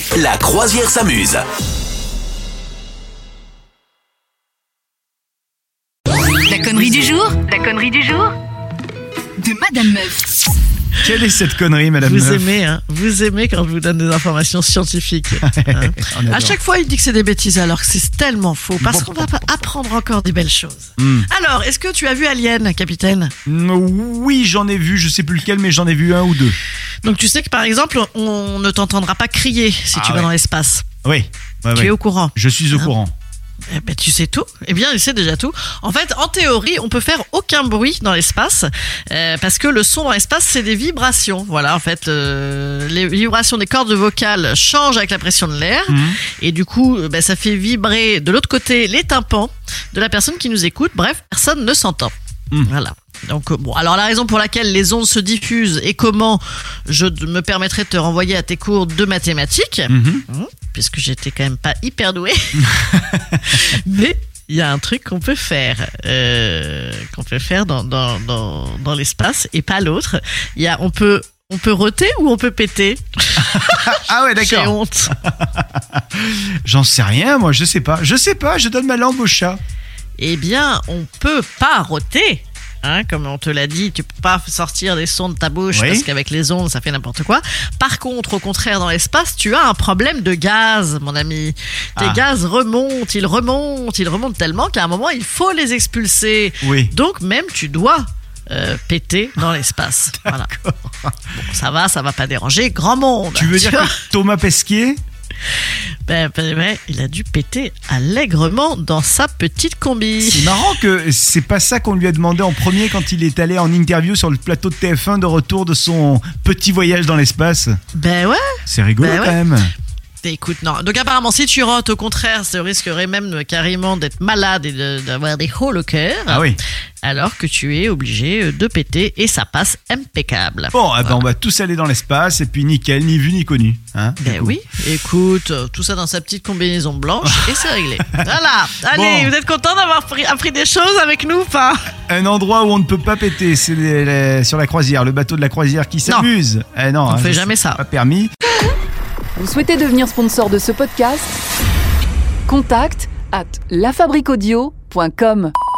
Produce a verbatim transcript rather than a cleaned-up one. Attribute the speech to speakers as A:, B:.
A: La croisière s'amuse.
B: La connerie du jour, la connerie du jour de Madame Meuf.
C: Quelle est cette connerie, Madame
D: Vous
C: Meuf?
D: aimez, hein Vous aimez quand je vous donne des informations scientifiques. Hein
C: On
D: à
C: adore.
D: chaque fois, il dit que c'est des bêtises, alors que c'est tellement faux, parce qu'on va pas apprendre encore des belles choses.
C: Mm.
D: Alors, est-ce que tu as vu Alien, capitaine?
C: Mm, Oui, j'en ai vu, je sais plus lequel, mais j'en ai vu un ou deux.
D: Donc tu sais que par exemple, on ne t'entendra pas crier si
C: Ah
D: tu vas
C: ouais.
D: dans l'espace.
C: Oui, ouais,
D: Tu
C: ouais.
D: es au courant?
C: Je suis au
D: Hein?
C: courant.
D: Eh ben, tu sais tout. Eh bien, il sait déjà tout. En fait, en théorie, on peut faire aucun bruit dans l'espace euh, parce que le son dans l'espace, c'est des vibrations. Voilà, en fait, euh, les vibrations des cordes vocales changent avec la pression de l'air
C: Mhm.
D: et du coup, euh, ben, ça fait vibrer de l'autre côté les tympans de la personne qui nous écoute. Bref, personne ne s'entend.
C: Mhm.
D: Voilà. Donc euh, bon, alors la raison pour laquelle les ondes se diffusent et comment, je d- me permettrai de te renvoyer à tes cours de mathématiques.
C: Mhm.
D: Mmh, puisque j'étais quand même pas hyper doué. Mais il y a un truc qu'on peut faire, euh, qu'on peut faire dans, dans, dans, dans l'espace et pas l'autre. Il y a, on peut, on peut roter ou on peut péter.
C: Ah ouais,
D: J'ai
C: d'accord.
D: honte.
C: J'en sais rien, moi, je sais pas. Je sais pas, je donne ma langue au chat.
D: Eh bien, on peut pas roter. Hein, comme on te l'a dit, tu peux pas sortir des sons de ta bouche
C: Oui.
D: parce qu'avec les ondes, ça fait n'importe quoi. Par contre, au contraire, dans l'espace, tu as un problème de gaz, mon ami. Tes
C: Ah.
D: gaz remontent, ils remontent, ils remontent tellement qu'à un moment, il faut les expulser.
C: Oui.
D: Donc, même, tu dois euh, péter dans l'espace. Voilà. Bon, ça va, ça va pas déranger grand monde.
C: Tu veux dire
D: vois.
C: que Thomas Pesquet,
D: Ben, ben, ben, il a dû péter allègrement dans sa petite combi.
C: c'est marrant que c'est pas ça qu'on lui a demandé en premier quand il est allé en interview sur le plateau de T F un de retour de son petit voyage dans l'espace.
D: Ben ouais.
C: C'est rigolo
D: Bah ouais.
C: quand même.
D: Écoute, non. Donc apparemment, si tu rotes, au contraire, ça risquerait même de- carrément d'être malade et de- d'avoir des hauts au cœur.
C: Ah oui.
D: Alors que tu es obligé de péter et ça passe impeccable.
C: Bon, eh ben, on va tous aller dans l'espace et puis nickel, ni vu ni connu. Hein, du
D: Ben
C: coup.
D: oui, écoute, euh, tout ça dans sa petite combinaison blanche et c'est réglé. Voilà. Allez,
C: Bon.
D: vous êtes content d'avoir pris- appris des choses avec nous ou pas?
C: Un endroit où on ne peut pas péter, c'est les- les- sur la croisière, le bateau de la croisière qui s'amuse. Eh non,
D: On
C: hein,
D: fait
C: ça,
D: jamais
C: c'est
D: ça.
C: Pas permis.
E: Vous souhaitez devenir sponsor de ce podcast? Contact à lafabriquaudio point com.